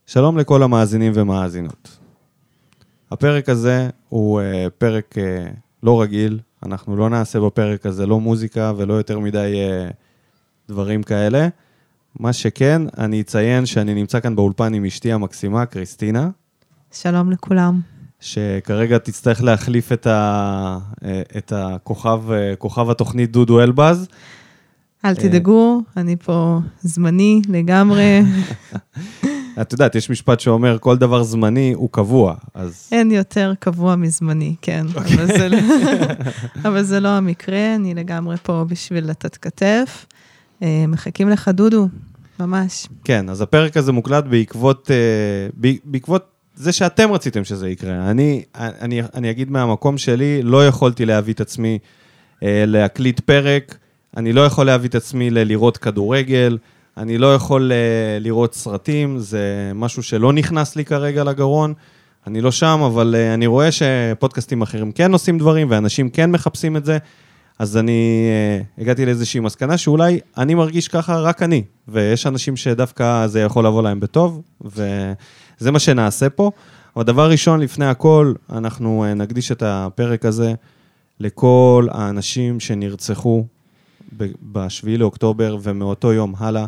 שלום לכל המאזינים ומאזינות. הפרק הזה הוא פרק לא רגיל, אנחנו לא נעשה בפרק הזה לא מוזיקה ולא יותר מדי דברים כאלה. מה שכן, אני אציין שאני נמצא כאן באולפן עם אשתי המקסימה, קריסטינה. שלום לכולם. שכרגע תצטרך להחליף את כוכב התוכנית דודו אלבז. אל תדאגו, אני פה זמני לגמרי. את יודעת, יש משפט שאומר, כל דבר זמני הוא קבוע, אז... אין יותר קבוע מזמני, כן. אבל זה לא המקרה, אני לגמרי פה בשביל לתת כתף. מחכים לך דודו, ממש. כן, אז הפרק הזה מוקלט בעקבות זה שאתם רציתם שזה יקרה. אני אגיד מהמקום שלי, לא יכולתי להביא את עצמי להקליט פרק, אני לא יכול להביא את עצמי לראות כדורגל, אני לא יכול לראות סרטים, זה משהו שלא נכנס לי כרגע לגרון, אני לא שם, אבל אני רואה שפודקאסטים אחרים כן עושים דברים, ואנשים כן מחפשים את זה, אז אני הגעתי לאיזושהי מסקנה שאולי אני מרגיש ככה רק אני, ויש אנשים שדווקא זה יכול לבוא להם בטוב, וזה מה שנעשה פה. אבל דבר ראשון, לפני הכל, אנחנו נקדיש את הפרק הזה לכל האנשים שנרצחו ב7 לאוקטובר, ומאותו יום הלאה.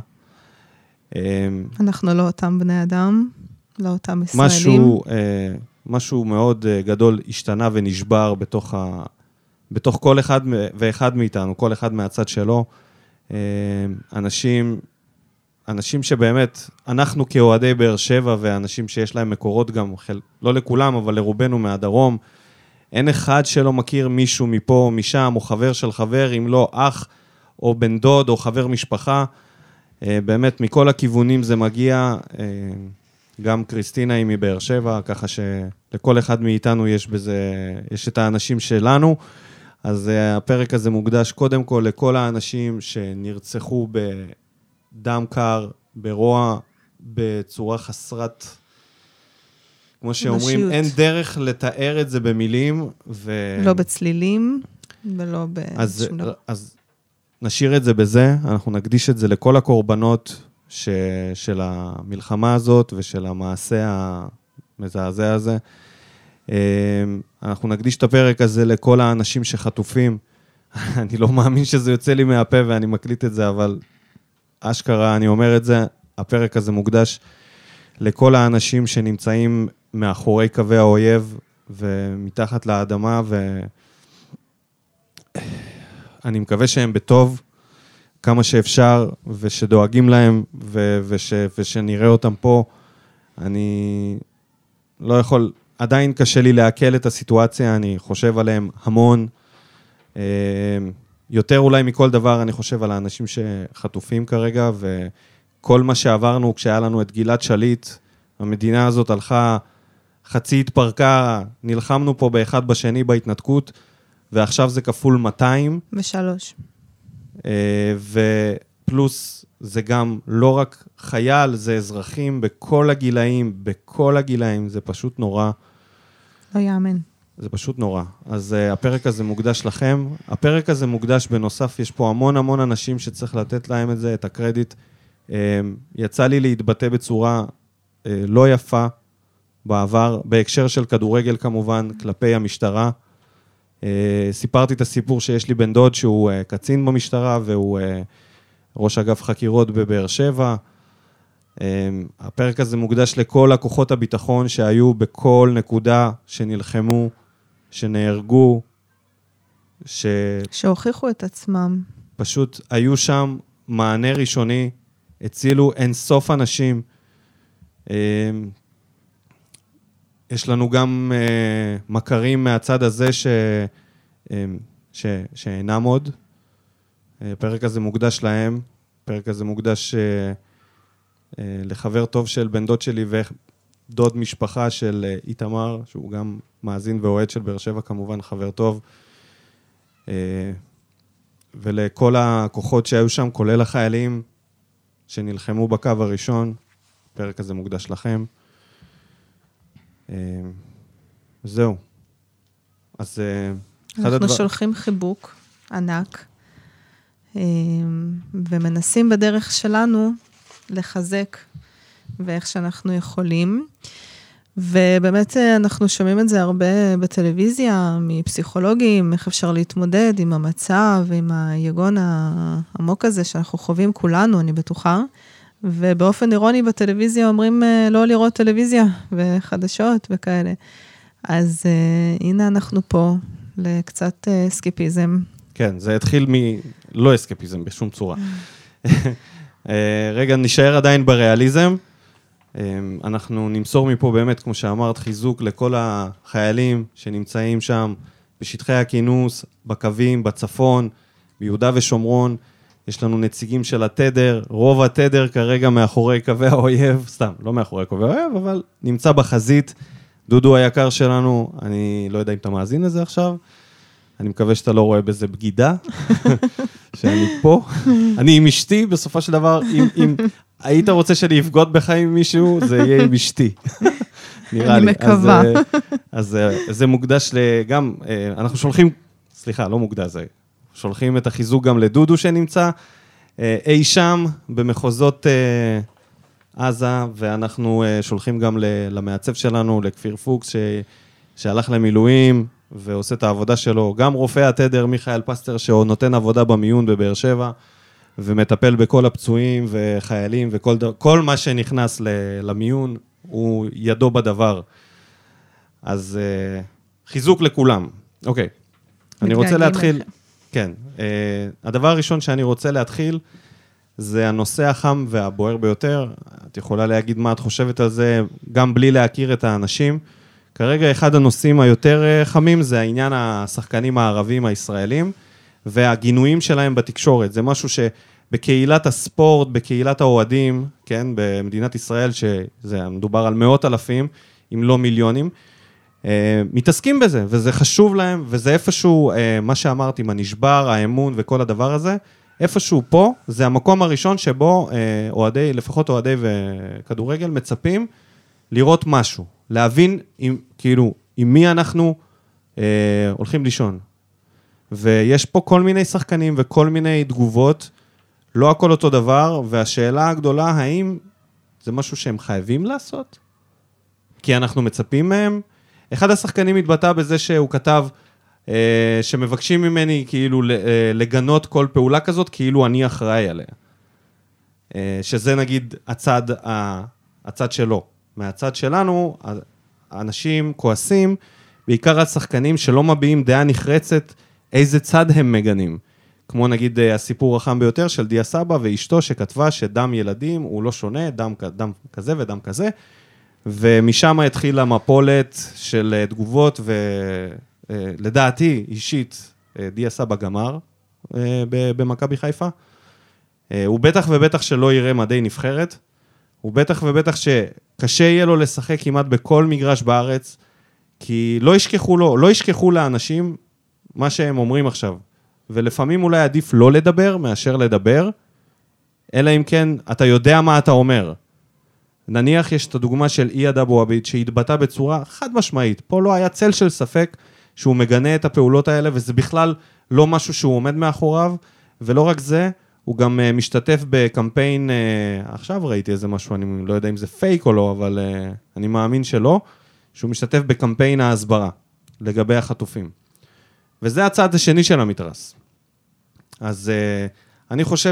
אנחנו לא אותם בני אדם, לא אותם ישראלים. משהו מאוד גדול השתנה ונשבר בתוך כל אחד ואחד מאיתנו, כל אחד מהצד שלו. אנשים שבאמת, אנחנו כאוהדי באר שבע, ואנשים שיש להם מקורות גם, לא לכולם, אבל לרובנו מהדרום, אין אחד שלא מכיר מישהו מפה או משם, או חבר של חבר, אם לא אח או בן דוד או חבר משפחה. באמת, מכל הכיוונים זה מגיע, גם קריסטינה היא מבאר שבע, ככה שלכל אחד מאיתנו יש את האנשים שלנו, אז הפרק הזה מוקדש קודם כל לכל האנשים שנרצחו בדם קר, ברוע, בצורה חסרת, כמו שאומרים, אין דרך לתאר את זה במילים. לא בצלילים ולא בשום דבר. אז נשאיר את זה בזה, אנחנו נקדיש את זה לכל הקורבנות של המלחמה הזאת ושל המעשה המזעזע הזה. אנחנו נקדיש את הפרק הזה לכל האנשים שחטופים. אני לא מאמין שזה יוצא לי מהפה ואני מקליט את זה, אבל אשכרה אני אומר את זה, הפרק הזה מוקדש לכל האנשים שנמצאים מאחורי קווי האויב ומתחת לאדמה, אני מקווה שהם בטוב כמה שאפשר, ושדואגים להם, ושנראה אותם פה. אני לא יכול, עדיין קשה לי להקל את הסיטואציה, אני חושב עליהם המון. יותר אולי מכל דבר, אני חושב על האנשים שחטופים כרגע, וכל מה שעברנו כשהיה לנו את גלעד שליט, המדינה הזאת הלכה, חצי התפרקה, נלחמנו פה באחד בשני בהתנתקות, ועכשיו זה כפול 200. ופלוס זה גם לא רק חייל, זה אזרחים בכל הגילאים, זה פשוט נורא. לא יאמן. זה פשוט נורא. אז הפרק הזה מוקדש לכם. הפרק הזה מוקדש בנוסף, יש פה המון אנשים שצריך לתת להם את זה, את הקרדיט. יצא לי להתבטא בצורה לא יפה בעבר, בהקשר של כדורגל כמובן, כלפי המשטרה. סיפרתי את הסיפור שיש לי בן דוד שהוא קצין במשטרה, והוא ראש אגף חקירות בבאר שבע. הפרק הזה מוקדש לכל הכוחות הביטחון שהיו בכל נקודה, שנלחמו, שנהרגו, שהוכיחו את עצמם. פשוט היו שם מענה ראשוני, הצילו אין סוף אנשים. יש לנו גם מכרים מהצד הזה שאינם עוד. הפרק הזה מוקדש להם, הפרק הזה מוקדש לחבר טוב של בן דוד שלי ודוד משפחה של איתמר, שהוא גם מאזין ואוהד של באר שבע, כמובן חבר טוב. ולכל הכוחות שהיו שם, כולל החיילים שנלחמו בקו הראשון, הפרק הזה מוקדש לכם. זהו. אז אנחנו שולחים חיבוק ענק, ומנסים בדרך שלנו לחזק ואיך שאנחנו יכולים. ובאמת אנחנו שומעים את זה הרבה בטלוויזיה, מפסיכולוגים, איך אפשר להתמודד עם המצב, עם היגון העמוק הזה שאנחנו חווים כולנו, אני בטוחה. ובאופן אירוני בטלוויזיה אומרים לא לראות טלוויזיה וחדשות וכאלה. אז הנה אנחנו פה לקצת אסקפיזם. כן, זה התחיל לא אסקפיזם בשום צורה. רגע, נשאר עדיין בריאליזם. אנחנו נמסור מפה באמת, כמו שאמרת, חיזוק לכל החיילים שנמצאים שם בשטחי הכינוס, בקווים, בצפון, ביהודה ושומרון. יש לנו נציגים של התדר, רוב התדר כרגע מאחורי קווי האויב, סתם, לא מאחורי קווי האויב, אבל נמצא בחזית. דודו היקר שלנו, אני לא יודע אם אתה מאזין לזה עכשיו, אני מקווה שאתה לא רואה בזה בגידה, שאני פה. אני עם אשתי, בסופו של דבר, אם היית רוצה שאני אפגוד בך עם מישהו, זה יהיה עם אשתי. נראה לי. אני מקווה. אז זה מוקדש גם, אנחנו שולחים, סליחה, לא מוקדש זה, שולחים את החיזוק גם לדודו שנמצא, אי שם במחוזות עזה, ואנחנו שולחים גם למעצב שלנו, לכפיר פוקס, שהלך למילואים, ועושה את העבודה שלו, גם רופא התדר מיכאל פסטר, שהוא נותן עבודה במיון בבאר שבע, ומטפל בכל הפצועים וחיילים, וכל מה שנכנס למיון, הוא ידו בדבר. אז חיזוק לכולם. אוקיי. אני רוצה להתחיל, כן, הדבר הראשון שאני רוצה להתחיל, זה הנושא החם והבוער ביותר. את יכולה להגיד מה את חושבת על זה, גם בלי להכיר את האנשים. כרגע אחד הנושאים היותר חמים, זה העניין השחקנים הערבים הישראלים, והגינויים שלהם בתקשורת. זה משהו שבקהילת הספורט, בקהילת האוהדים, כן, במדינת ישראל, שזה מדובר על מאות אלפים, אם לא מיליונים, מתעסקים בזה, וזה חשוב להם, וזה איפשהו, מה שאמרתי, מה נשבר, האמון וכל הדבר הזה, איפשהו פה, זה המקום הראשון שבו אוהדי, לפחות אוהדי וכדורגל, מצפים לראות משהו, להבין כאילו, עם מי אנחנו הולכים לישון. ויש פה כל מיני שחקנים וכל מיני תגובות, לא הכל אותו דבר, והשאלה הגדולה, האם זה משהו שהם חייבים לעשות? כי אנחנו מצפים מהם. אחד השחקנים התבטא בזה שהוא כתב, שמבקשים ממני כאילו לגנות כל פעולה כזאת, כאילו אני אחראי עליה. שזה נגיד הצד שלו. מהצד שלנו, האנשים כועסים, בעיקר על שחקנים שלא מביעים דעה נחרצת, איזה צד הם מגנים. כמו נגיד הסיפור החם ביותר של דיה סבא ואשתו שכתבה שדם ילדים הוא לא שונה, דם כזה ודם כזה, ומשם התחילה מפולת של תגובות, ולדעתי אישית דיה סבא גמר במכבי חיפה. הוא בטח ובטח שלא יראה מדי נבחרת, הוא בטח ובטח שקשה יהיה לו לשחק כמעט בכל מגרש בארץ, כי לא ישכחו לאנשים מה שהם אומרים עכשיו. ולפעמים אולי עדיף לא לדבר מאשר לדבר, אלא אם כן אתה יודע מה אתה אומר. נניח יש את הדוגמה של אייד אבו עביד, שהתבטא בצורה חד משמעית. פה לא היה צל של ספק שהוא מגנה את הפעולות האלה, וזה בכלל לא משהו שהוא עומד מאחוריו, ולא רק זה, הוא גם משתתף בקמפיין, עכשיו ראיתי איזה משהו, אני לא יודע אם זה פייק או לא, אבל אני מאמין שלא, שהוא משתתף בקמפיין ההסברה, לגבי החטופים. וזה הצד השני של המתרס. אז אני חושב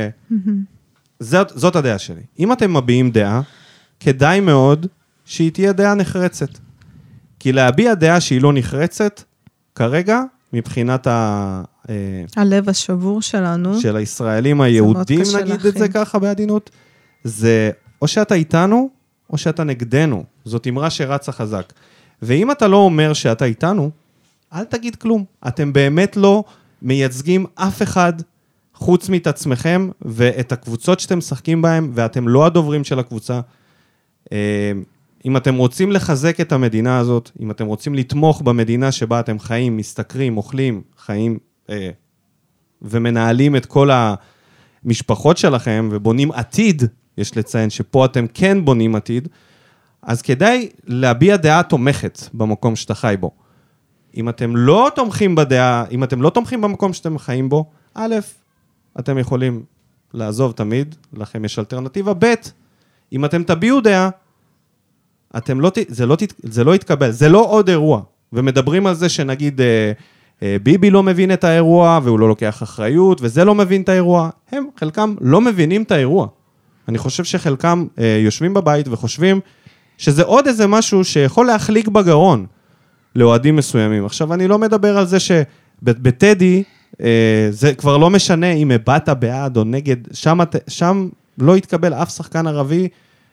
זאת הדעה שלי. אם אתם מביעים דעה, כדאי מאוד שהיא תהיה דעה נחרצת. כי להביע דעה שהיא לא נחרצת, כרגע, מבחינת הלב השבור שלנו. של הישראלים היהודים, נגיד את זה ככה בעדינות, זה או שאתה איתנו, או שאתה נגדנו. זאת אמרה שרצה חזק. ואם אתה לא אומר שאתה איתנו, אל תגיד כלום. אתם באמת לא מייצגים אף אחד חוץ מאת עצמכם, ואת הקבוצות שאתם משחקים בהם, ואתם לא הדוברים של הקבוצה. אם אתם רוצים לחזק את המדינה הזאת, אם אתם רוצים לתמוך במדינה שבה אתם חיים, מסתכרים, אוכלים, חיים, ומנהלים את כל המשפחות שלכם, ובונים עתיד, יש לציין שפה אתם כן בונים עתיד, אז כדאי להביע דעה תומכת במקום שאתה חי בו. אם אתם לא תומכים בדעה, אם אתם לא תומכים במקום שאתם חיים בו, א', אתם יכולים לעזוב תמיד, לכם יש אלטרנטיבה, ב', אם אתם תביעו דעה, זה לא יתקבל, זה לא עוד אירוע. ומדברים על זה שנגיד ביבי לא מבין את האירוע, והוא לא לוקח אחריות, וזה לא מבין את האירוע. חלקם לא מבינים את האירוע. אני חושב שחלקם יושבים בבית וחושבים שזה עוד איזה משהו שיכול להחליק בגרון לאוהדים מסוימים. עכשיו, אני לא מדבר על זה שבטדי, זה כבר לא משנה אם הבאת בעד או נגד, שם לא יתקבל אף שחקן ערבי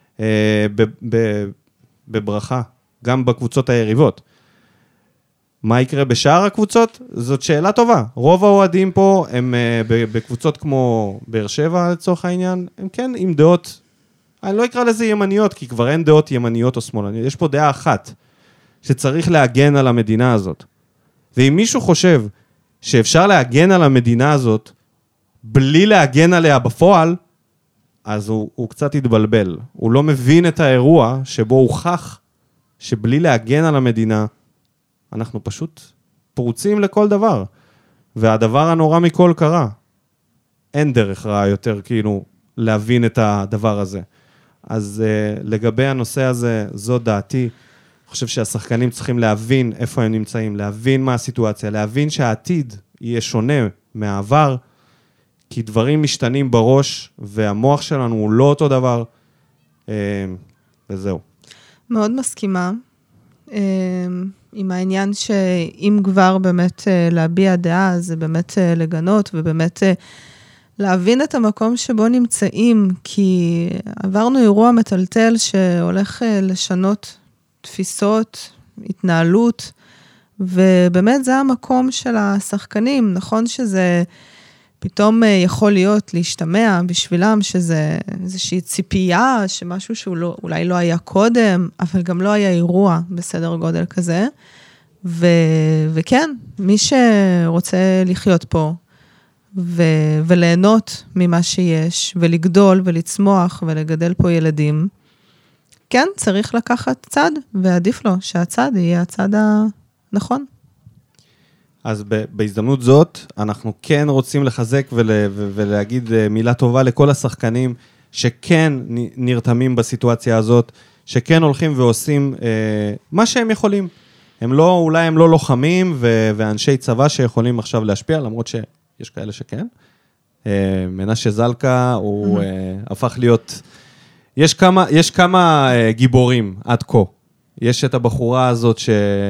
בברכה, גם בקבוצות היריבות. מה יקרה בשאר הקבוצות? זאת שאלה טובה. רוב האוהדים פה הם בקבוצות כמו באר שבע לצורך העניין, הם כן עם דעות, אני לא אקרא לזה ימניות, כי כבר אין דעות ימניות או שמאלניות, יש פה דעה אחת, שצריך להגן על המדינה הזאת. ואם מישהו חושב שאפשר להגן על המדינה הזאת, בלי להגן עליה בפועל, אז הוא קצת יתבלבל. הוא לא מבין את האירוע שבו הוכח שבלי להגן על המדינה, אנחנו פשוט פרוצים לכל דבר. והדבר הנורא מכל קרה. אין דרך רעה יותר כאילו להבין את הדבר הזה. אז לגבי הנושא הזה, זו דעתי. אני חושב שהשחקנים צריכים להבין איפה הם נמצאים, להבין מה הסיטואציה, להבין שהעתיד יהיה שונה מהעבר, כי דברים משתנים בראש, והמוח שלנו הוא לא אותו דבר, וזהו. מאוד מסכימה, עם העניין שאם כבר באמת להביע דעה, זה באמת לגנות, ובאמת להבין את המקום שבו נמצאים, כי עברנו אירוע מטלטל שהולך לשנות תפיסות, התנהלות, ובאמת זה המקום של השחקנים. נכון שזה פתאום יכול להיות להשתמע בשבילם, שזה איזושהי ציפייה, שמשהו שאולי לא היה קודם, אבל גם לא היה אירוע בסדר גודל כזה. וכן, מי שרוצה לחיות פה, וליהנות ממה שיש, ולגדול ולצמוח ולגדל פה ילדים, כן, צריך לקחת צד, ועדיף לו שהצד יהיה הצד הנכון. אז בהזדמנות זאת, אנחנו כן רוצים לחזק ולהגיד מילה טובה לכל השחקנים שכן נרתמים בסיטואציה הזאת, שכן הולכים ועושים מה שהם יכולים. אולי הם לא לוחמים ואנשי צבא שיכולים עכשיו להשפיע, למרות שיש כאלה שכן. מנשה זלקה הוא הפך להיות... יש כמה גיבורים עד כה. יש את הבחורה הזאת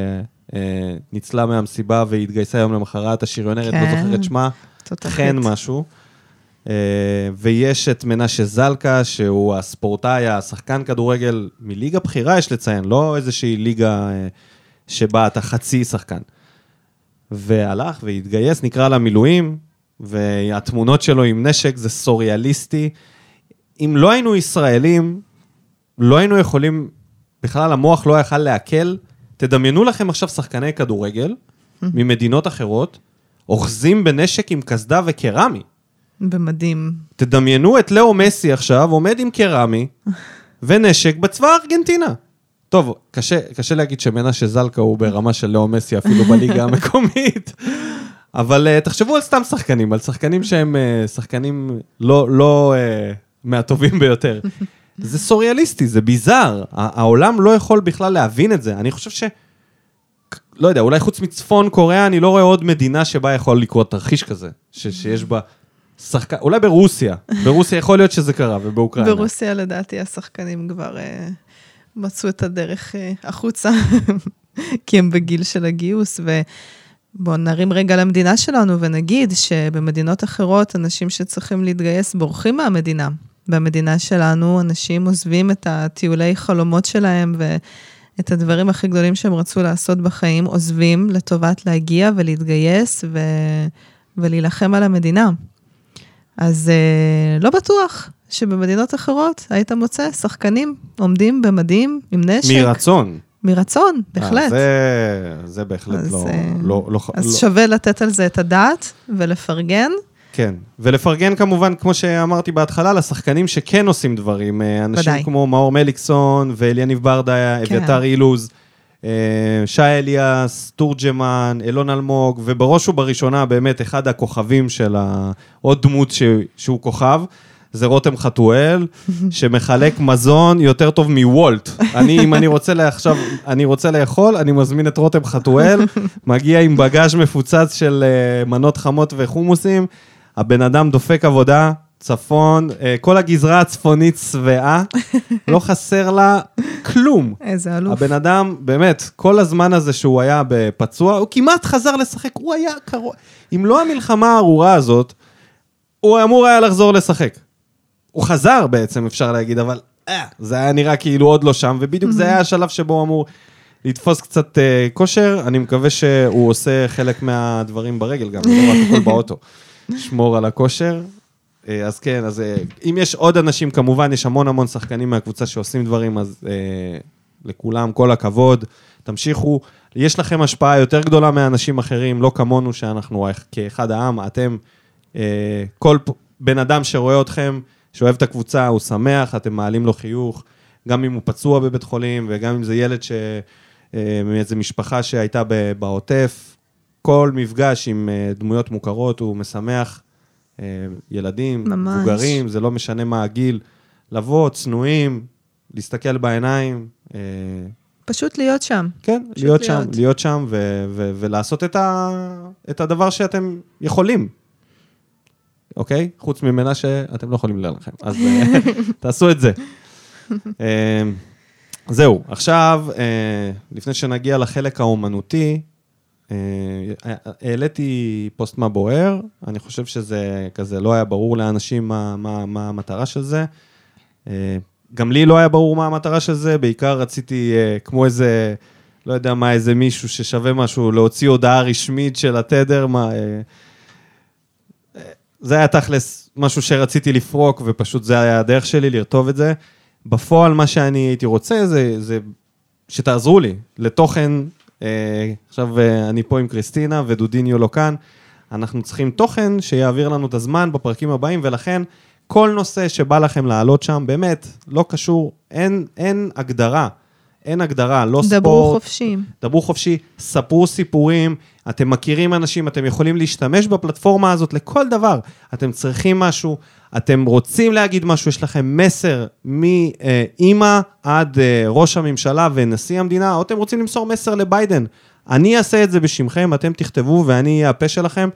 שניצלה מהמסיבה והתגייסה יום למחרת, השריונרת, לא זוכרת שמה, חן משהו. ויש את מנשה זלקה, שהוא הספורטאי, השחקן כדורגל מליגה בחירה, יש לציין, לא איזושהי ליגה שבה אתה חצי שחקן. והלך והתגייס, נקרא לה מילואים, והתמונות שלו עם נשק זה סוריאליסטי. אם לא היינו ישראלים, לא היינו יכולים, בכלל המוח לא יכל להקל, תדמיינו לכם עכשיו שחקני כדורגל, ממדינות אחרות, אוחזים בנשק עם כסדה וקרמי. במדים. תדמיינו את לאו מסי עכשיו, עומד עם קרמי, ונשק בצבא ארגנטינה. טוב, קשה להגיד שמנשה זלקה הוא ברמה של לאו מסי, אפילו בליגה המקומית. אבל תחשבו על סתם שחקנים, על שחקנים שהם שחקנים לא מהטובים ביותר. זה סוריאליסטי, זה ביזר. העולם לא יכול בכלל להבין את זה. אני חושב לא יודע, אולי חוץ מצפון קוריאה, אני לא רואה עוד מדינה שבה יכול לקרות תרחיש כזה, שיש בה שחקן, אולי ברוסיה. ברוסיה יכול להיות שזה קרה, ובאוקראינה. ברוסיה לדעתי השחקנים כבר מצאו את הדרך החוצה, כי הם בגיל של הגיוס, ובואו נרים רגע למדינה שלנו, ונגיד שבמדינות אחרות, אנשים שצריכים להתגייס בורחים מהמדינה. במדינה שלנו, אנשים עוזבים את הטיולי חלומות שלהם, ואת הדברים הכי גדולים שהם רצו לעשות בחיים, עוזבים לטובת להגיע ולהתגייס, ולהילחם על המדינה. אז לא בטוח שבמדינות אחרות היית מוצא שחקנים עומדים במדים עם נשק. מרצון. מרצון, בהחלט. זה בהחלט אז, לא... אז שווה לתת על זה את הדעת ולפרגן. כן, ולפרגן כמובן, כמו שאמרתי בהתחלה, לשחקנים שכן עושים דברים. אנשים ודאי. כמו מאור מליקסון ואליניב ברדה, כן. אביתר אילוז, שי אליאס, תורג'מן, אלון אלמוג, ובראש ובראשונה באמת אחד הכוכבים של עוד דמות שהוא כוכב, זה רותם חתואל, שמחלק מזון יותר טוב מוולט. אם אני רוצה לאכול, אני מזמין את רותם חתואל, מגיע עם בגאז' מפוצץ של מנות חמות וחומוסים, הבן אדם דופק עבודה, צפון, כל הגזרה הצפונית צבעה, לא חסר לה כלום. איזה אלוף. הבן אדם, באמת, כל הזמן הזה שהוא היה בפצוע, הוא כמעט חזר לשחק, הוא היה קרוב. אם לא המלחמה הארורה הזאת, הוא אמור היה לחזור לשחק. הוא חזר בעצם, אפשר להגיד, אבל זה היה נראה כאילו עוד לא שם, ובדיוק זה היה השלב שבו הוא אמור לתפוס קצת כושר. אני מקווה שהוא עושה חלק מהדברים ברגל גם, לא רק הכל באוטו. שמור על הכושר. אז כן, אז אם יש עוד אנשים, כמובן, יש המון שחקנים מהקבוצה שעושים דברים, אז לכולם, כל הכבוד, תמשיכו. יש לכם השפעה יותר גדולה מאנשים אחרים, לא כמונו שאנחנו כאחד העם, אתם, כל בן אדם שרואה אתכם, שאוהב את הקבוצה, הוא שמח, אתם מעלים לו חיוך, גם אם הוא פצוע בבית חולים, וגם אם זה ילד מאיזו משפחה שהייתה בעוטף, כל מפגש עם דמויות מוכרות, הוא משמח, ילדים, מבוגרים, זה לא משנה מה הגיל, לבוא, צנועים, להסתכל בעיניים. פשוט להיות שם. כן, להיות שם ולעשות את הדבר שאתם יכולים. אוקיי? חוץ ממנה שאתם לא יכולים ללכם. אז תעשו את זה. זהו, עכשיו, לפני שנגיע לחלק האומנותי, העליתי פוסט מה בוער, אני חושב שזה כזה לא היה ברור לאנשים מה המטרה של זה, גם לי לא היה ברור מה המטרה של זה, בעיקר רציתי כמו איזה, לא יודע מה, איזה מישהו ששווה משהו, להוציא הודעה רשמית של התדר, זה היה תכלס משהו שרציתי לפרוק, ופשוט זה היה הדרך שלי לרטוב את זה. בפועל מה שאני הייתי רוצה זה שתעזרו לי לתוכן. עכשיו אני פה עם קריסטינה ודודיניו לא כאן, אנחנו צריכים תוכן שיעביר לנו את הזמן בפרקים הבאים, ולכן כל נושא שבא לכם לעלות שם, באמת לא קשור, אין הגדרה, לא ספורט. דברו חופשי, ספרו סיפורים, אתם מכירים אנשים, אתם יכולים להשתמש בפלטפורמה הזאת לכל דבר, אתם צריכים משהו, אתם רוצים להגיד משהו, יש לכם מסר מאמא עד ראש הממשלה ונשיא המדינה, או אתם רוצים למסור מסר לביידן, אני אעשה את זה בשמכם, אתם תכתבו ואני אהיה הפה שלכם,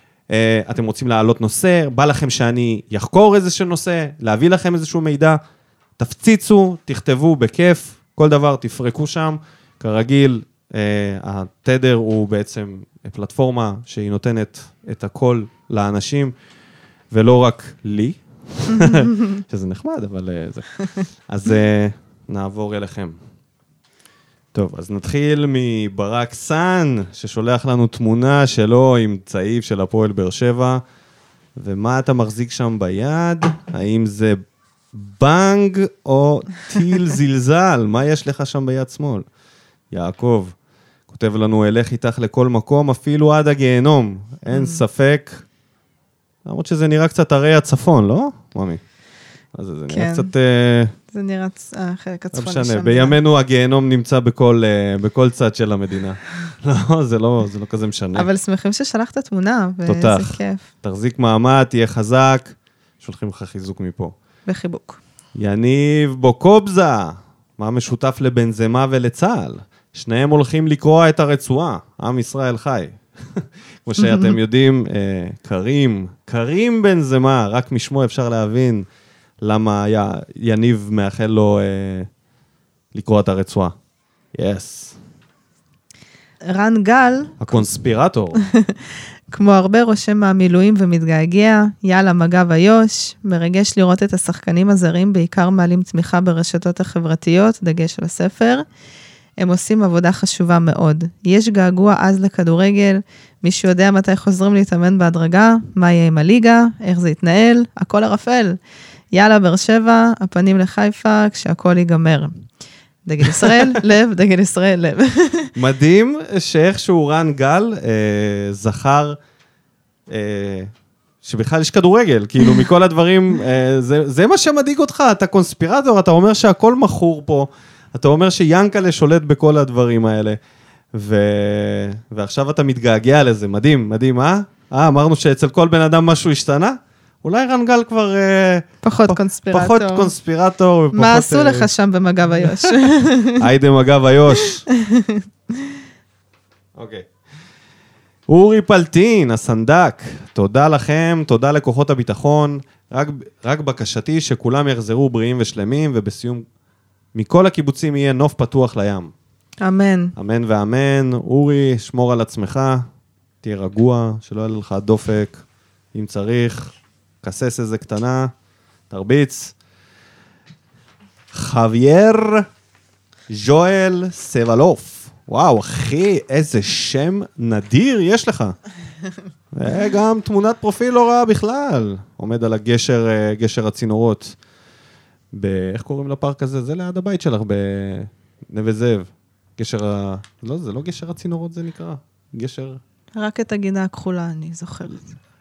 אתם רוצים להעלות נושא, בא לכם שאני יחקור איזשהו נושא, להביא לכם איזשהו מידע, תפציצו, תכתבו בכיף, כל דבר תפרקו שם, כרגיל, התדר הוא בעצם פלטפורמה שהיא נותנת את הכל לאנשים, ולא רק לי, שזה נחמד, אבל זה. אז נעבור אליכם. טוב, אז נתחיל מברק סן, ששולח לנו תמונה שלו עם צעיף של הפועל באר שבע, ומה אתה מחזיק שם ביד? האם זה בנג או טיל זלזל? מה יש לך שם ביד שמאל? יעקב, כותב לנו, אלך איתך לכל מקום, אפילו עד הגיהנום. אין ספק. למרות שזה נראה קצת הרי הצפון, לא? ממי. אז זה נראה קצת... זה נראה חלק הצפוני שם. בימינו הגיהנום נמצא בכל צד של המדינה. לא, זה לא כזה משנה. אבל שמחים ששלחת תמונה, וזה כיף. תחזיק מעמד, תהיה חזק, שולחים לך חיזוק מפה. בחיבוק. יניב בוקובזה, מה משותף לבנזמה ולצהל? שניהם הולכים לקרוע את עם ישראל חי. כמו שאתם יודעים, קרים בנזמה, רק משמו אפשר להבין למה יניב מאחל לו לקרוע את הרצועה. יס. רן גל. הקונספירטור. כמו הרבה רושם מהמילואים ומתגעגע, יאללה מגב איוש, מרגש לראות את השחקנים הזרים, בעיקר מעלים תמיכה ברשתות החברתיות, דגש על הספר. הם עושים עבודה חשובה מאוד. יש געגוע אז לכדורגל, מישהו יודע מתי חוזרים להתאמן בהדרגה, מה יהיה עם הליגה, איך זה יתנהל, הכל ערפל. יאללה באר שבע, הפנים לחיפה, כשהכל ייגמר. דגל ישראל, לב, דגל ישראל, לב. מדהים שאיכשהו רן גל זכר שבכלל יש כדורגל, כאילו מכל הדברים, זה מה שמדאיג אותך, אתה קונספירטור, אתה אומר שהכל מכור פה, אתה אומר שיאנקלה שולט בכל הדברים האלה, ועכשיו אתה מתגעגע לזה, מדהים, מדהים, אמרנו שאצל כל בן אדם משהו השתנה? אולי רנגל כבר... פחות קונספירטור. פחות קונספירטור. מה עשו לך שם במגב איו"ש? היידה מגב איו"ש. אוקיי. אורי פלטין, הסנדק, תודה לכם, תודה לכוחות הביטחון. רק בקשתי שכולם יחזרו בריאים ושלמים, ובסיום מכל הקיבוצים יהיה נוף פתוח לים. אמן. אמן ואמן. אורי, שמור על עצמך, תהיה רגוע, שלא יהיה לך דופק, אם צריך, כסס איזה קטנה, תרביץ. חווייר ז'ואל סבלוף. וואו, אחי, איזה שם נדיר יש לך. וגם תמונת פרופיל לא רעה בכלל. עומד על גשר הצינורות. איך קוראים לפארק הזה? זה ליד הבית שלך, בנווה זאב. לא, זה לא גשר הצינורות, זה נקרא. גשר... רק את הגינה הכחולה, אני זוכרת.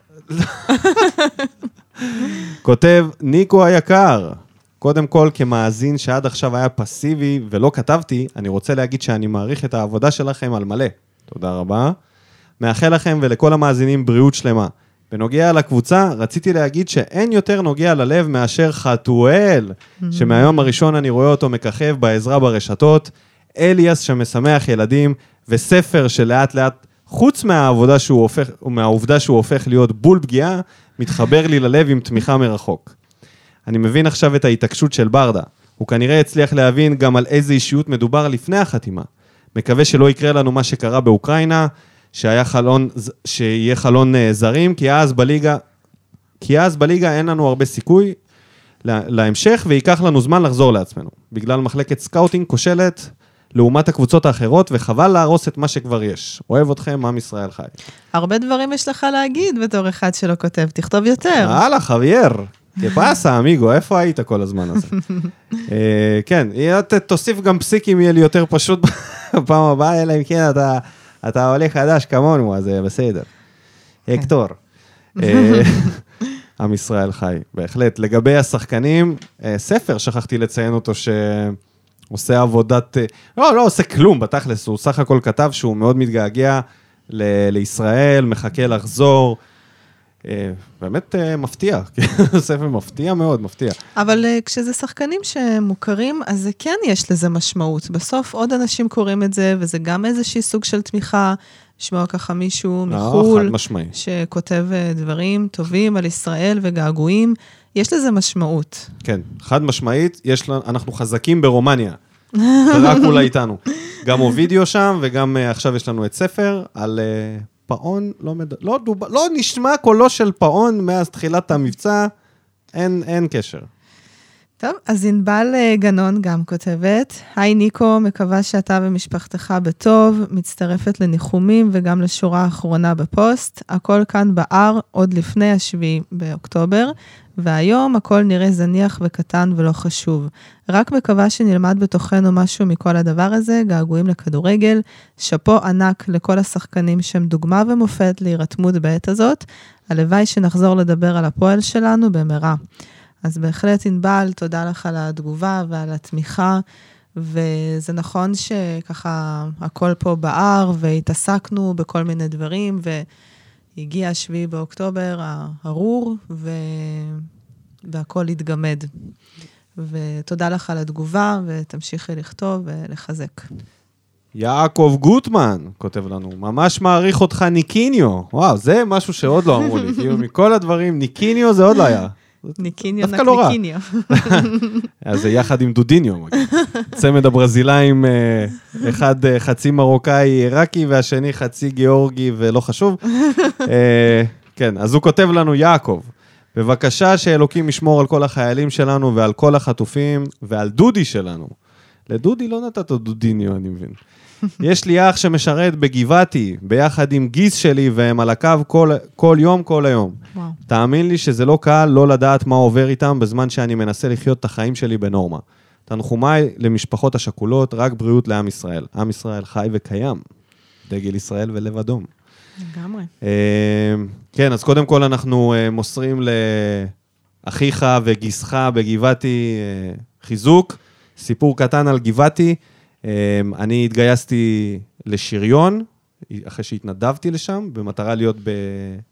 כותב, ניקו היקר, קודם כל כמאזין שעד עכשיו היה פסיבי ולא כתבתי, אני רוצה להגיד שאני מעריך את העבודה שלכם על מלא. תודה רבה. מאחל לכם ולכל המאזינים בריאות שלמה. בנוגע לקבוצה, רציתי להגיד שאין יותר נוגע ללב מאשר חתואל, שמהיום הראשון אני רואה אותו מככב בעזרה ברשתות, אליאס שמשמח ילדים, וספר שלאט לאט, חוץ מהעובדה שהוא הופך להיות בול פגיעה, מתחבר לי ללב עם תמיכה מרחוק. אני מבין עכשיו את ההתעקשות של ברדה. הוא כנראה הצליח להבין גם על איזה אישיות מדובר לפני החתימה. מקווה שלא יקרה לנו מה שקרה באוקראינה, שיהיה חלון זרים, כי אז בליגה אין לנו הרבה סיכוי להמשך, ויקח לנו זמן לחזור לעצמנו. בגלל מחלקת סקאוטינג כושלת, לעומת הקבוצות האחרות, וחבל להרוס את מה שכבר יש. אוהב אתכם, עם ישראל חי. הרבה דברים יש לך להגיד בתור אחד שלא כותב, תכתוב יותר. הלאה, חווייר. כפסה, אמיגו, איפה היית כל הזמן הזה? כן, תוסיף גם פסיקים, יהיה לי יותר פשוט בפעם הבאה, אלא אם כן אתה עולה חדש כמונו, אז בסדר. הקטור. עם ישראל חי, בהחלט. לגבי השחקנים, ספר, שכחתי לציין אותו שעושה עבודת... לא עושה כלום, בתכלס, הוא סך הכל כתב שהוא מאוד מתגעגע לישראל, מחכה לחזור, באמת מפתיע, ספר מפתיע מאוד, מפתיע. אבל כשזה שחקנים שמוכרים, אז זה כן יש לזה משמעות. בסוף עוד אנשים קוראים את זה, וזה גם איזושהי סוג של תמיכה, לשמוע ככה מישהו מחול, שכותב דברים טובים על ישראל וגעגועים, יש לזה משמעות. כן, חד משמעית, אנחנו חזקים ברומניה, ורק אולי איתנו. גם וידאו שם, וגם עכשיו יש לנו את ספר על... פאון, לא נשמע קולו של פאון מאז תחילת המבצע, אין קשר. טוב, אז ענבל גנון גם כותבת, היי ניקו, מקווה שאתה ומשפחתך בטוב, מצטרפת לניחומים וגם לשורה האחרונה בפוסט, הכל כאן בער עוד לפני 7 באוקטובר, והיום הכל נראה זניח וקטן ולא חשוב. רק מקווה שנלמד בתוכנו משהו מכל הדבר הזה, געגועים לכדורגל, שפו ענק לכל השחקנים שהם דוגמה ומופת להירתמות בעת הזאת, הלוואי שנחזור לדבר על הפועל שלנו במהרה. אז בהחלט ענבל, תודה לך על התגובה ועל התמיכה, וזה נכון שככה הכל פה בער, והתעסקנו בכל מיני דברים, והגיע 7 באוקטובר הארור, והכל התגמד. ותודה לך על התגובה, ותמשיכי לכתוב ולחזק. יעקב גוטמן כותב לנו, ממש מעריך אותך ניקיניו. וואו, זה משהו שעוד לא אמרו לי, כאילו מכל הדברים, ניקיניו זה עוד לא היה. ניקיניו נקניקיניו. אז זה יחד עם דודיניו. צמד הברזילאים, אחד חצי מרוקאי עיראקי, והשני חצי גיאורגי ולא חשוב. כן, אז הוא כותב לנו, יעקב, בבקשה שאלוקים ישמור על כל החיילים שלנו, ועל כל החטופים, ועל דודי שלנו. לדודי לא נתת דודיניו, אני מבין. יש לי אח שמשרת בגבעתי, ביחד עם גיס שלי, והם על הקו כל יום, כל היום. וואו. תאמין לי שזה לא קל לא לדעת מה עובר איתם, בזמן שאני מנסה לחיות את החיים שלי בנורמה. תנחומיי למשפחות השכולות, רק בריאות לעם ישראל. עם ישראל חי וקיים. דגל ישראל ולב אדום. לגמרי. כן, אז קודם כל אנחנו מוסרים לאחיך וגיסך בגבעתי חיזוק. סיפור קטן על גבעתי. אני התגייסתי לשריון, אחרי שהתנדבתי לשם, במטרה להיות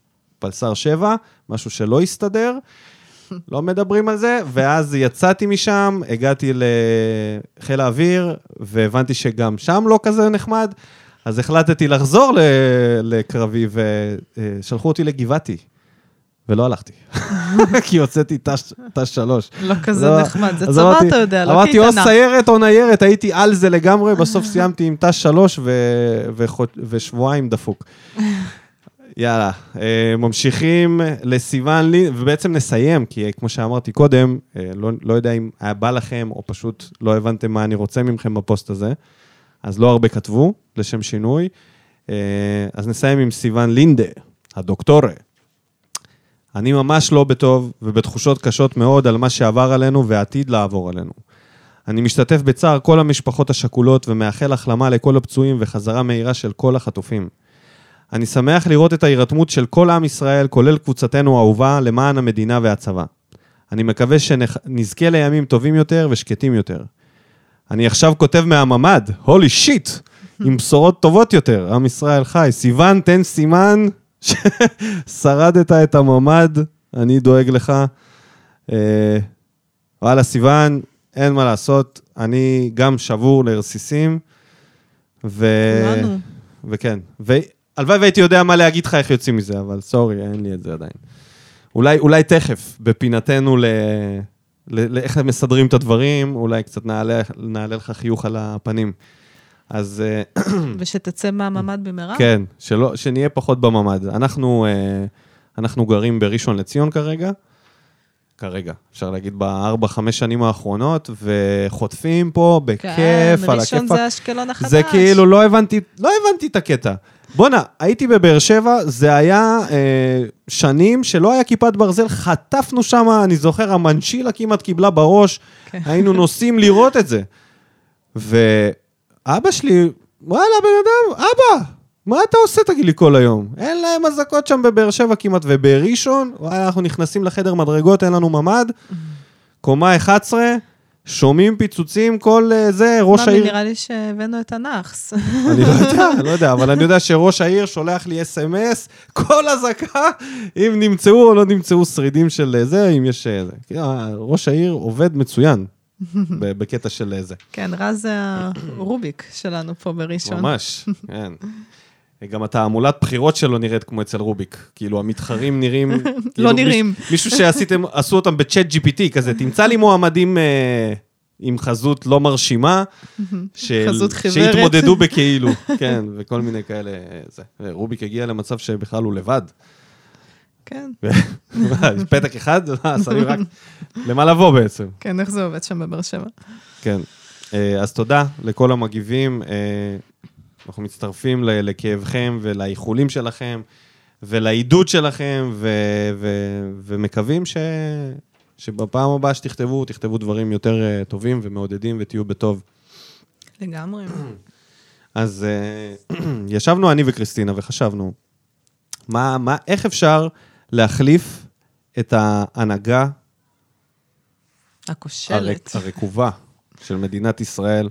פלסר 7, משהו שלא הסתדר, לא מדברים על זה, ואז יצאתי משם, הגעתי לחיל האוויר, והבנתי שגם שם לא כזה נחמד, אז החלטתי לחזור לקרבי, ושלחו אותי לגבעתי, ולא הלכתי, כי הוצאתי תש 3. לא כזה נחמד, זה צבא אתה יודע, לא אמרתי, קייטנה. או סיירת או ניירת, הייתי על זה לגמרי, בסוף סיימתי עם תש 3 ושבועיים דפוק. יאללה, ממשיכים לסיוון לי, ובעצם נסיים, כי כמו שאמרתי קודם, לא יודע אם היה בא לכם, או פשוט לא הבנתם מה אני רוצה ממכם בפוסט הזה, אז לא הרבה כתבו, לשם שינוי. אז נסיים עם סיוון לינדה, הדוקטורה. אני ממש לא בטוב, ובתחושות קשות מאוד על מה שעבר עלינו, ועתיד לעבור עלינו. אני משתתף בצער כל המשפחות השכולות, ומאחל החלמה לכל הפצועים, וחזרה מהירה של כל החטופים. אני שמח לראות את ההירתמות של כל עם ישראל, כולל קבוצתנו האהובה, למען המדינה והצבא. אני מקווה שנזכה לימים טובים יותר ושקטים יותר. אני עכשיו כותב מהממד, הולי שיט, עם בשורות טובות יותר, עם ישראל חי. סיוון, תן סימן, שרדת את הממד, אני דואג לך. וואלה, סיוון, אין מה לעשות, אני גם שבור לרסיסים, וכן, הלוואי והייתי יודע מה להגיד לך איך יוצאים מזה, אבל סורי, אין לי את זה עדיין. אולי תכף, בפינתנו לאיך הם מסדרים את הדברים, אולי קצת נעלה לך חיוך על הפנים. אז... ושתצא מהממד במהרה? כן, שנהיה פחות בממד. אנחנו גרים בראשון לציון כרגע, אפשר להגיד ב4-5 שנים האחרונות, וחוטפים פה בכיף, כן, על ראשון הכיף. זה אשקלון החדש. זה כאילו, לא הבנתי את הקטע. בונה, הייתי בבאר שבע, זה היה שנים שלא היה כיפת ברזל, חטפנו שם, אני זוכר, המנשילה כמעט קיבלה בראש, היינו נוסעים לראות את זה. ואבא שלי, וואלה, בן אדם, אבא, מה אתה עושה, תגיד לי כל היום? אין להם הזקות שם בבאר שבע כמעט, ובראשון, וואלה, אנחנו נכנסים לחדר מדרגות, אין לנו ממד, קומה 11, שומעים פיצוצים, כל זה, ראש העיר... נראה לי שהבאנו את הנאחס. אני לא יודע, אבל אני יודע שראש העיר שולח לי SMS, כל הזקה, אם נמצאו או לא נמצאו שרידים של זה, אם יש זה. ראש העיר עובד מצוין, בקטע של זה. כן, רז זה הרוביק שלנו פה בראשון. ממש, כן. גם התעמולת בחירות שלו נראית כמו אצל רוביק. כאילו, המתחרים נראים... לא נראים. מישהו עשו אותם בצ'אט GPT כזה, תמצא לי מועמדים עם חזות לא מרשימה, חזות חיוורת. שהתמודדו בכאילו, כן, וכל מיני כאלה. רוביק הגיע למצב שבכלל הוא לבד. כן. פתק אחד, שמים רק למה לבוא בעצם. כן, איך זה עובד שם בבאר שבע? כן. אז תודה לכל המגיבים. אנחנו מצטרפים לכאבכם ולאיחולים שלכם, ולעידוד שלכם, ומקווים שבפעם הבאה שתכתבו, תכתבו דברים יותר טובים ומעודדים, ותהיו בטוב. לגמרי. אז ישבנו אני וקריסטינה וחשבנו, איך אפשר להחליף את ההנהגה הכושלת, הרקובה של מדינת ישראל,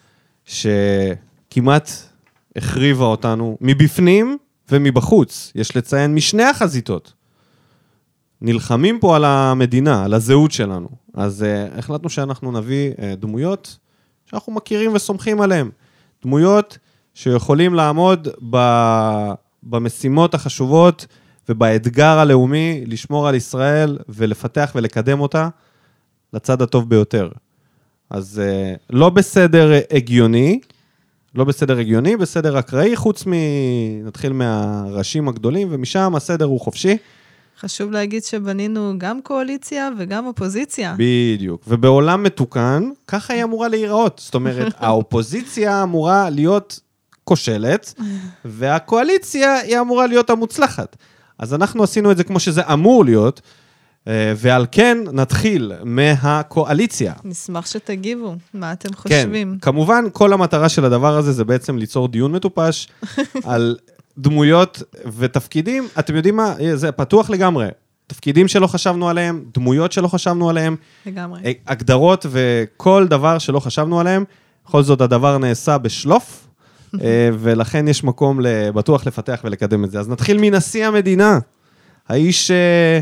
שכמעט החריבה אותנו מבפנים ומבחוץ. יש לציין משני החזיתות. נלחמים פה על המדינה, על הזהות שלנו. אז החלטנו שאנחנו נביא דמויות שאנחנו מכירים וסומכים עליהן. דמויות שיכולים לעמוד במשימות החשובות ובאתגר הלאומי, לשמור על ישראל ולפתח ולקדם אותה לצד הטוב ביותר. אז לא בסדר הגיוני, בסדר אקראי, חוץ נתחיל מהראשים הגדולים, ומשם הסדר הוא חופשי. חשוב להגיד שבנינו גם קואליציה וגם אופוזיציה. בדיוק, ובעולם מתוקן, ככה היא אמורה להיראות. זאת אומרת, האופוזיציה אמורה להיות כושלת, והקואליציה היא אמורה להיות המוצלחת. אז אנחנו עשינו את זה כמו שזה אמור להיות, ועל כן נתחיל מהקואליציה. נשמח שתגיבו, מה אתם חושבים? כן, כמובן, כל המטרה של הדבר הזה זה בעצם ליצור דיון מטופש על דמויות ותפקידים. אתם יודעים מה? זה פתוח לגמרי. תפקידים שלא חשבנו עליהם, דמויות שלא חשבנו עליהם, לגמרי. הגדרות וכל דבר שלא חשבנו עליהם. בכל זאת, הדבר נעשה בשלוף, ולכן יש מקום בטוח לפתח ולקדם את זה. אז נתחיל מנשיא המדינה. האיש,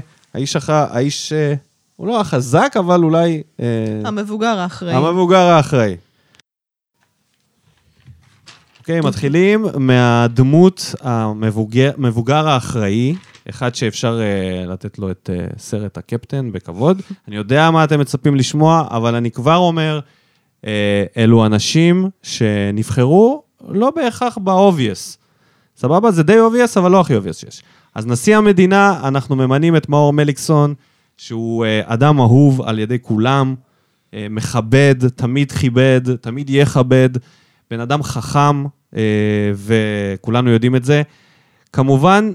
הוא לא החזק, אבל אולי... המבוגר האחראי. המבוגר האחראי. אוקיי, מתחילים מהדמות המבוגר האחראי, אחד שאפשר לתת לו את סרט הקפטן בכבוד. אני יודע מה אתם מצפים לשמוע, אבל אני כבר אומר, אלו אנשים שנבחרו לא בהכרח ב-obvious. סבבה? זה די obvious, אבל לא הכי obvious שיש. אז נשיא המדינה, אנחנו ממנים את מאור מליקסון, שהוא אדם אהוב על ידי כולם, מכבד, תמיד כיבד, תמיד יהיה כבד, בן אדם חכם, וכולנו יודעים את זה. כמובן,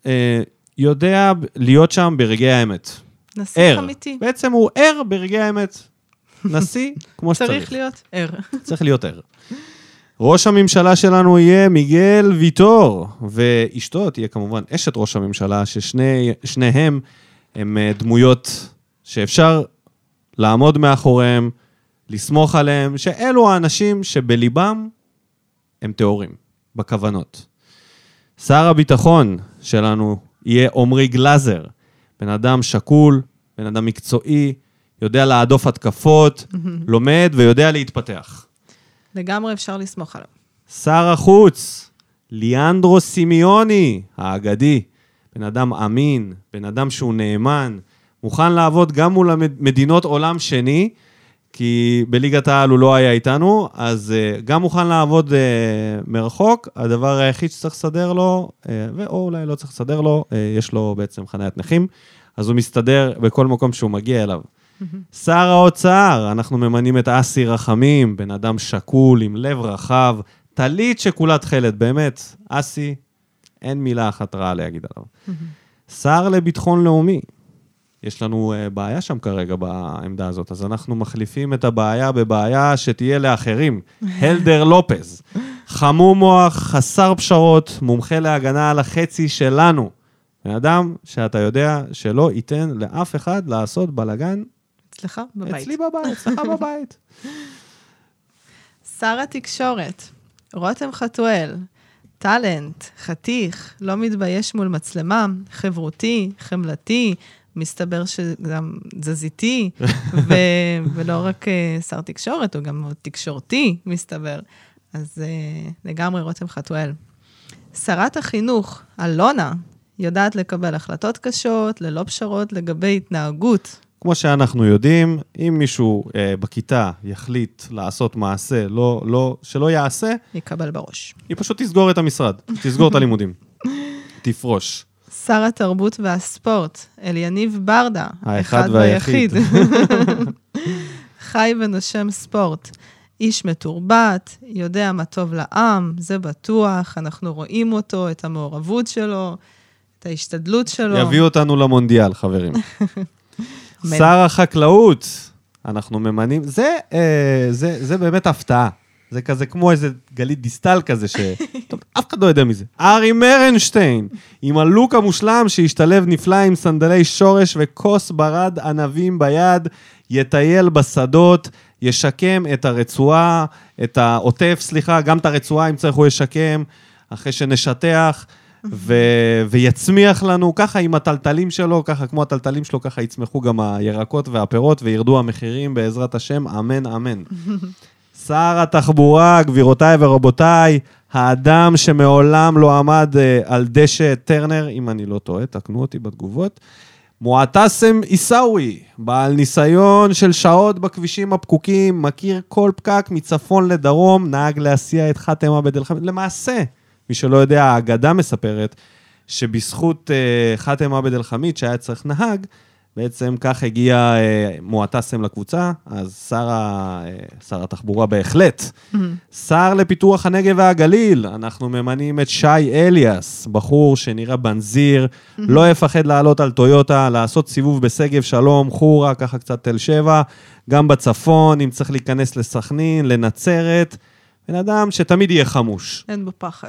יודע להיות שם ברגעי האמת. נשיא אמיתי. בעצם הוא ער ברגעי האמת. נשיא, כמו שצריך. צריך להיות ער. צריך להיות ער. ראש הממשלה שלנו יהיה מיגל ויטור, ואשתו תהיה כמובן אשת ראש הממשלה, ששניהם הם דמויות שאפשר לעמוד מאחוריהם, לסמוך עליהם, שאלו האנשים שבליבם הם תיאורים, בכוונות. שר הביטחון שלנו יהיה עומרי גלזר, בן אדם שקול, בן אדם מקצועי, יודע להדוף התקפות, לומד ויודע להתפתח. לגמרי אפשר לסמוך עליו. שר החוץ, ליאנדרו סימיוני, האגדי, בן אדם אמין, בן אדם שהוא נאמן, מוכן לעבוד גם מול מדינות עולם שני, כי בליגת העל הוא לא היה איתנו, אז גם מוכן לעבוד מרחוק, הדבר היחיד שצריך לסדר לו, או אולי לא צריך לסדר לו, יש לו בעצם חניית נכים, אז הוא מסתדר בכל מקום שהוא מגיע אליו. שר האוצר, אנחנו ממנים את אסי רחמים, בן אדם שקול, עם לב רחב, תלית שכולה תחלת, באמת, אסי, אין מילה אחת רעה להגיד עליו. שר לביטחון לאומי, יש לנו בעיה שם כרגע בעמדה הזאת, אז אנחנו מחליפים את הבעיה בבעיה שתהיה לאחרים. הלדר לופז, חמום מוח, חסר פשרות, מומחה להגנה על החצי שלנו. בן אדם שאתה יודע שלא ייתן לאף אחד לעשות בלגן. אצלך בבית. אצלי בבית, אצלך בבית. שר התקשורת, רותם חתואל, טלנט, חתיך, לא מתבייש מול מצלמה, חברותי, חמלתי, מסתבר שגם זזיתי, ולא רק שר תקשורת, הוא גם תקשורתי, מסתבר. אז לגמרי רותם חתואל. שרת החינוך, אלונה, יודעת לקבל החלטות קשות, ללא פשרות, לגבי התנהגות. כמו שאנחנו יודעים, אם מישהו בכיתה יחליט לעשות מעשה, שלא יעשה, יקבל בראש. היא פשוט תסגור את המשרד, תסגור את הלימודים, תפרוש. שר התרבות והספורט, אליניב ברדה, האחד והיחיד. חי ונושם ספורט, איש מתורבת, יודע מה טוב לעם, זה בטוח, אנחנו רואים אותו, את המעורבות שלו, את ההשתדלות שלו. יביא אותנו למונדיאל, חברים. שר החקלאות, אנחנו ממנים, זה באמת הפתעה. זה כזה כמו איזה גלית דיסטל כזה, טוב, אף אחד לא יודע מזה. ארי מרנשטיין, עם הלוק המושלם שהשתלב נפלא עם סנדלי שורש וכוס ברד ענבים ביד, יטייל בשדות, ישקם את הרצועה, את העוטף, סליחה, גם את הרצועה אם צריך הוא ישקם, אחרי שנשטח, ויצמיח לנו, ככה עם הטלטלים שלו, ככה כמו הטלטלים שלו, ככה יצמחו גם הירקות והפירות, וירדו המחירים בעזרת השם, אמן, אמן. שר התחבורה, גבירותיי ורבותיי, האדם שמעולם לא עמד על דשא טרנר, אם אני לא טועה, תקנו אותי בתגובות, מועטסם איסאווי, בעל ניסיון של שעות בכבישים הפקוקים, מכיר כל פקק מצפון לדרום, נהג להסיע את חאתם עבד אל-חמיד. למעשה, מי שלא יודע, האגדה מספרת שבזכות חאתם עבד אל-חמיד, שהיה צריך נהג, בעצם כך הגיע מועטסם לקבוצה, אז שר התחבורה בהחלט. שר לפיתוח הנגב והגליל, אנחנו ממנים את שי אליאס, בחור שנראה בנזיר, לא יפחד לעלות על טויוטה, לעשות סיבוב בסגב שלום, חורה, ככה קצת תל שבע, גם בצפון, אם צריך להיכנס לסכנין, לנצרת, בן אדם שתמיד יהיה חמוש. אין בו פחד.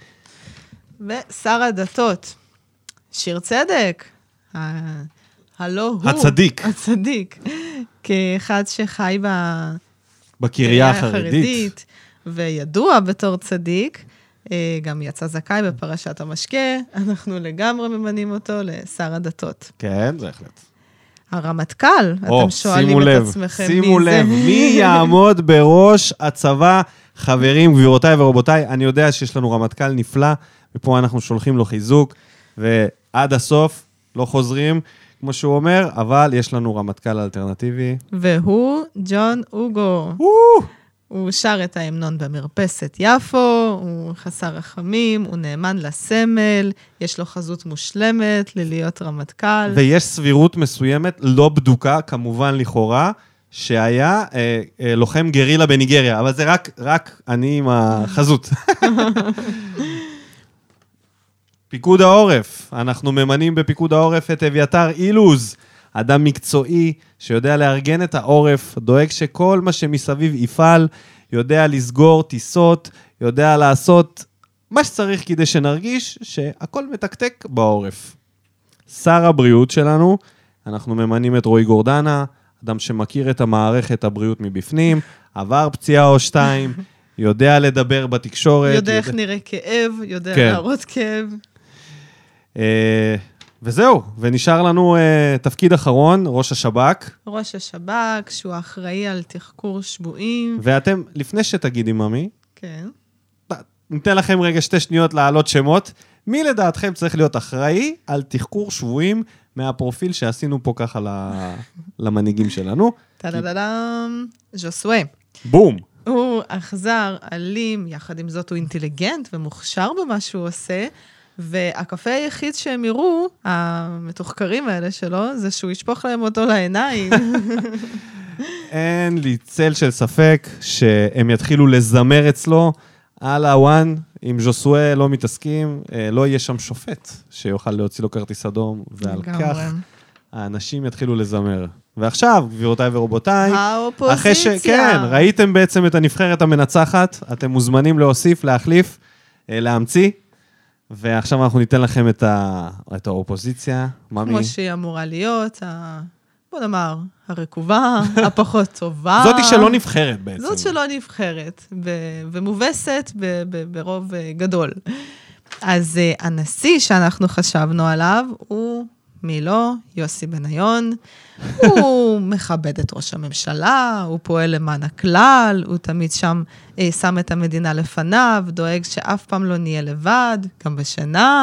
ושר הדתות, שיר צדק, הלא הוא. הצדיק. כאחד שחי בקריה החרדית. וידוע בתור צדיק, גם יצא זכאי בפרשת המשקה, אנחנו לגמרי ממנים אותו לשר הדתות. כן, זה החלט. הרמטכ"ל, אתם שואלים את עצמכם מי זה. שימו לב, מי יעמוד בראש הצבא? חברים, גבירותיי ורבותיי, אני יודע שיש לנו רמטכ"ל נפלא, ופה אנחנו שולחים לו חיזוק, ועד הסוף לא חוזרים, כמו שהוא אומר, אבל יש לנו רמטכ"ל אלטרנטיבי. והוא ג'ון אוגו. הוא שר את ההמנון במרפסת יפו, הוא חסר רחמים, הוא נאמן לסמל, יש לו חזות מושלמת ללהיות רמטכ"ל. ויש סבירות מסוימת, לא בדוקה, כמובן לכאורה, שהיה לוחם גרילה בניגריה, אבל זה רק אני עם החזות. פיקוד העורף, אנחנו ממנים בפיקוד העורף את אביתר אילוז, אדם מקצועי שיודע לארגן את העורף, דואג שכל מה שמסביב יפעל, יודע לסגור טיסות, יודע לעשות מה שצריך כדי שנרגיש שהכל מתקתק בעורף. שר הבריאות שלנו, אנחנו ממנים את רועי גורדנה, אדם שמכיר את המערכת הבריאות מבפנים, עבר פציעה או שתיים, יודע לדבר בתקשורת. יודע איך נראה כאב, יודע להראות כאב. וזהו, ונשאר לנו תפקיד אחרון, ראש השב"כ. ראש השב"כ, שהוא אחראי על תחקור שבועים. ואתם, לפני שתגידי ממי, כן. ניתן לכם רגע 2 שניות להעלות שמות. מי לדעתכם צריך להיות אחראי על תחקור שבועים מהפרופיל שעשינו פה ככה למנהיגים שלנו? טה-דה-דה-דם, ז'וסווה. בום. הוא אכזר, אלים, יחד עם זאת הוא אינטליגנט ומוכשר במה שהוא עושה, והקפה היחיד שהם יראו, המתוחקרים האלה שלו, זה שהוא ישפוך להם אותו לעיניים. אין לי צל של ספק שהם יתחילו לזמר אצלו, על הוואן, אם ז'וסווה לא מתעסקים, לא יהיה שם שופט שיוכל להוציא לו כרטיס אדום, ועל כך האנשים יתחילו לזמר. ועכשיו, גבירותיי ורבותיי, האופוזיציה. כן, ראיתם בעצם את הנבחרת המנצחת, אתם מוזמנים להוסיף, להחליף, להמציא, ועכשיו אנחנו ניתן לכם את האופוזיציה. כמו שהיא אמורה להיות, בוא נאמר, הרקובה, הפחות טובה. זאתי שלא נבחרת בעצם. זאת שלא נבחרת, ומובסת ברוב גדול. אז הנשיא שאנחנו חשבנו עליו, הוא מילו, יוסי בניון, הוא מכבד את ראש הממשלה, הוא פועל למען הכלל, הוא תמיד שם את המדינה לפניו, דואג שאף פעם לא נהיה לבד, גם בשינה.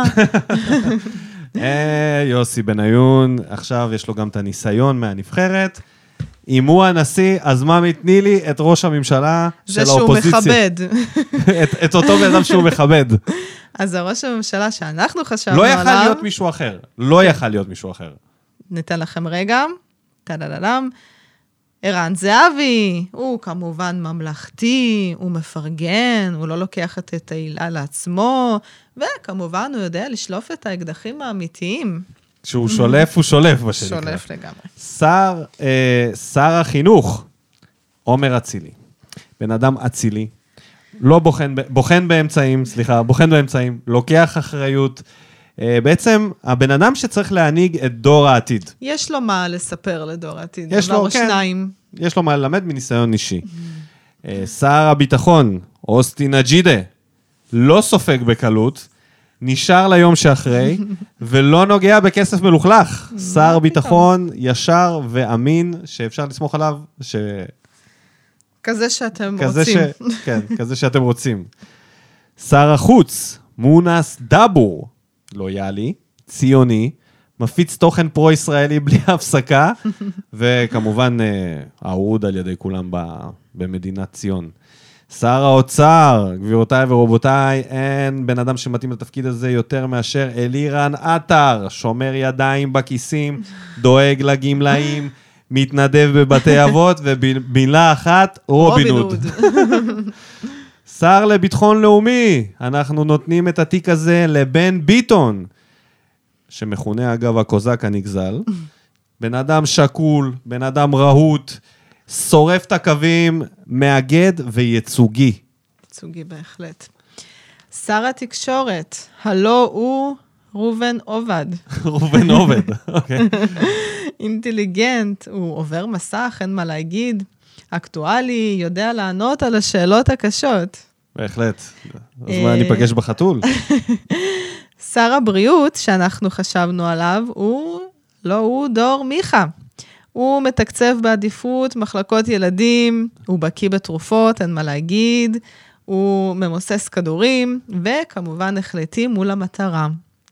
יוסי בניון, עכשיו יש לו גם את הניסיון מהנבחרת. אם הוא הנשיא, אז מה מתני לי את ראש הממשלה של האופוזיציה? זה שהוא מכבד. את אותו בן אדם שהוא מכבד. אז הראש הממשלה שאנחנו חשבנו עליו... לא יכל להיות מישהו אחר. לא יכל להיות מישהו אחר. ניתן לכם רגע. טה-דה-דה-דם. ערן זהבי, הוא כמובן ממלכתי, הוא מפרגן, הוא לא לוקח את התהילה לעצמו, וכמובן הוא יודע לשלוף את האקדחים האמיתיים. כשהוא שולף, הוא שולף בשנקרא. שולף לגמרי. שר החינוך, עומר אצילי. בן אדם אצילי, לא בוחן באמצעים, לוקח אחריות. בעצם, הבן אדם שצריך להנהיג את דור העתיד. יש לו מה לספר לדור העתיד. יש לו, כן. שניים. יש לו מה ללמד מניסיון אישי. שר הביטחון, אוסטין אג'ידה, לא סופג בקלות, נשאר ליום שאחרי, ולא נוגע בכסף מלוכלך. שר ביטחון ישר ואמין, שאפשר לסמוך עליו, כזה שאתם רוצים. כן, כזה שאתם רוצים. שר החוץ, מונס דאבור, לויאלי, ציוני, מפיץ תוכן פרו-ישראלי בלי הפסקה, וכמובן, אהוד על ידי כולם במדינת ציון. שר האוצר, גבירותיי ורבותיי, אין בן אדם שמתאים לתפקיד הזה יותר מאשר אלירן עטר, שומר ידיים בכיסים, דואג לגמלאים, מתנדב בבתי אבות, ומילה אחת, רובין הוד. שר לביטחון לאומי, אנחנו נותנים את התיק הזה לבן ביטון, שמכונה אגב הקוזק הנגזל, בן אדם שקול, בן אדם רהוט, שורף את הקווים, מאגד וייצוגי. ייצוגי בהחלט. שר התקשורת, הלא הוא ראובן עובד. ראובן עובד, אוקיי. אינטליגנט, הוא עובר מסך, אין מה להגיד. אקטואלי, יודע לענות על השאלות הקשות. בהחלט. אז מה, אני אפגש בחתול? שר הבריאות שאנחנו חשבנו עליו, הוא דור מיכה. הוא מתקצב בעדיפות מחלקות ילדים, הוא בקיא בתרופות, אין מה להגיד, הוא ממוסס כדורים, וכמובן החלטים מול המטרה.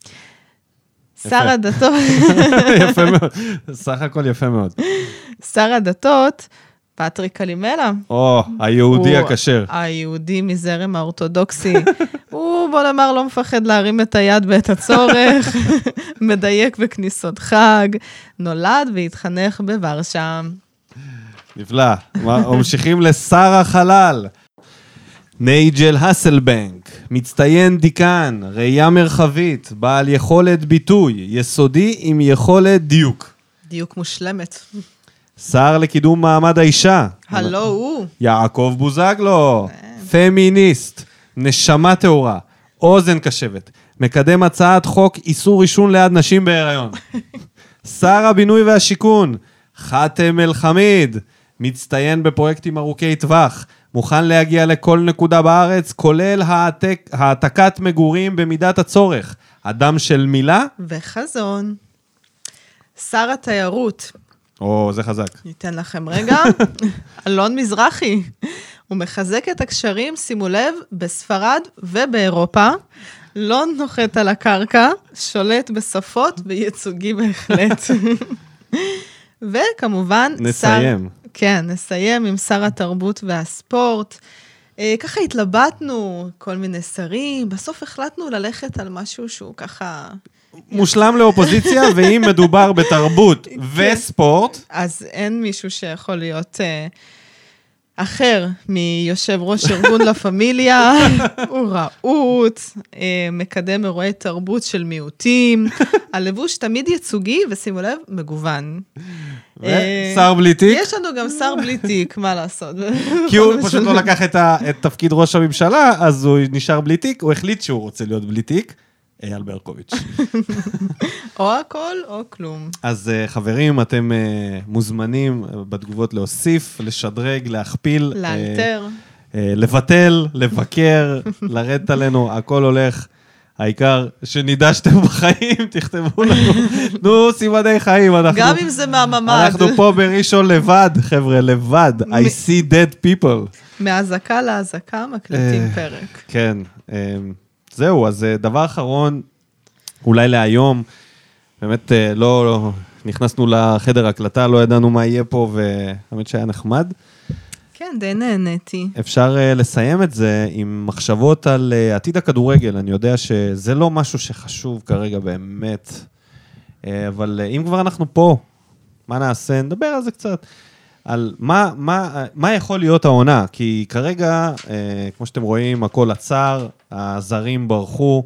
שר הדתות... יפה מאוד, סך הכל יפה מאוד. שר הדתות, פטריק קלימלה. היהודי הכשר. היהודי מזרם האורתודוקסי. הוא, בוא נאמר, לא מפחד להרים את היד בעת הצורך, מדייק בכניסות חג, נולד והתחנך בוורשה. נפלא. ממשיכים לשר החלל. נייג'ל הסלבנק, מצטיין דיקן, ראייה מרחבית, בעל יכולת ביטוי, יסודי עם יכולת דיוק. דיוק מושלמת. שר לקידום מעמד האישה. הלו הוא. יעקב בוזגלו, פמיניסט, נשמה תאורה, אוזן קשבת, מקדם הצעת חוק איסור עישון ליד נשים בהיריון. שר הבינוי והשיכון, חאתם אל-חמיד, מצטיין בפרויקטים ארוכי טווח, מוכן להגיע לכל נקודה בארץ, כולל העתקת מגורים במידת הצורך. אדם של מילה וחזון. שר התיירות. זה חזק. ניתן לכם רגע. אלון מזרחי. הוא מחזק את הקשרים, שימו לב, בספרד ובאירופה. לא נוחת על הקרקע, שולט בשפות וייצוגי בהחלט. וכמובן... נסיים. כן, נסיים עם שר התרבות והספורט. ככה התלבטנו, כל מיני שרים, בסוף החלטנו ללכת על משהו שהוא ככה... מושלם לאופוזיציה, ואם מדובר בתרבות וספורט... אז אין מישהו שיכול להיות אחר מיושב ראש ארגון לה פמיליה, הוא רעות, מקדם אירועי תרבות של מיעוטים, הלבוש תמיד ייצוגי, ושימו לב, מגוון. שר בלי תיק? יש לנו גם שר בלי תיק, מה לעשות? כי הוא פשוט לא לקח את תפקיד ראש הממשלה, אז הוא נשאר בלי תיק, הוא החליט שהוא רוצה להיות בלי תיק, אייל ברקוביץ'. או הכל או כלום. אז חברים, אתם מוזמנים בתגובות להוסיף, לשדרג, להכפיל. לאלתר. לבטל, לבקר, לרדת עלינו, הכל הולך. העיקר שנדע שאתם בחיים, תכתבו לנו. נו, סימני חיים. גם אם זה מהממד. אנחנו פה בראשון לבד, חבר'ה, לבד. I see dead people. מהזקה להזקה מקליטים פרק. כן. זהו, אז דבר אחרון, אולי להיום, באמת לא נכנסנו לחדר הקלטה, לא ידענו מה יהיה פה, והאמת שהיה נחמד. כן, די נהניתי. אפשר לסיים את זה עם מחשבות על עתיד הכדורגל. אני יודע שזה לא משהו שחשוב כרגע באמת, אבל אם כבר אנחנו פה, מה נעשה? נדבר על זה קצת. על מה יכול להיות העונה, כי כרגע, כמו שאתם רואים, הכל עצר, הזרים ברחו,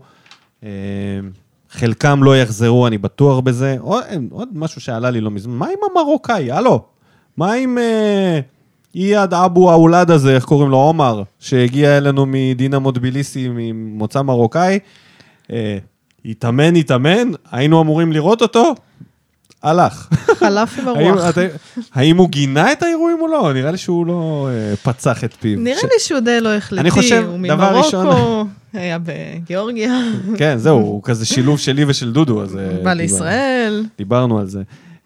חלקם לא יחזרו, אני בטוח בזה. עוד משהו שעלה לי לא מזמן, מה עם המרוקאי? הלו, מה עם איאד אבו האולד הזה, איך קוראים לו, עומר, שהגיע אלינו מדינמו טביליסי, ממוצא מרוקאי, התאמן, היינו אמורים לראות אותו, הלך. חלף עם הרוח. האם הוא גינה את האירועים או לא? נראה לי שהוא לא פצח את פיו. נראה לי שהוא די לא החלטי. אני חושב, דבר ראשון... הוא ממרוקו, היה בגיאורגיה. כן, זהו, הוא כזה שילוב שלי ושל דודו. בא לישראל. דיברנו על זה.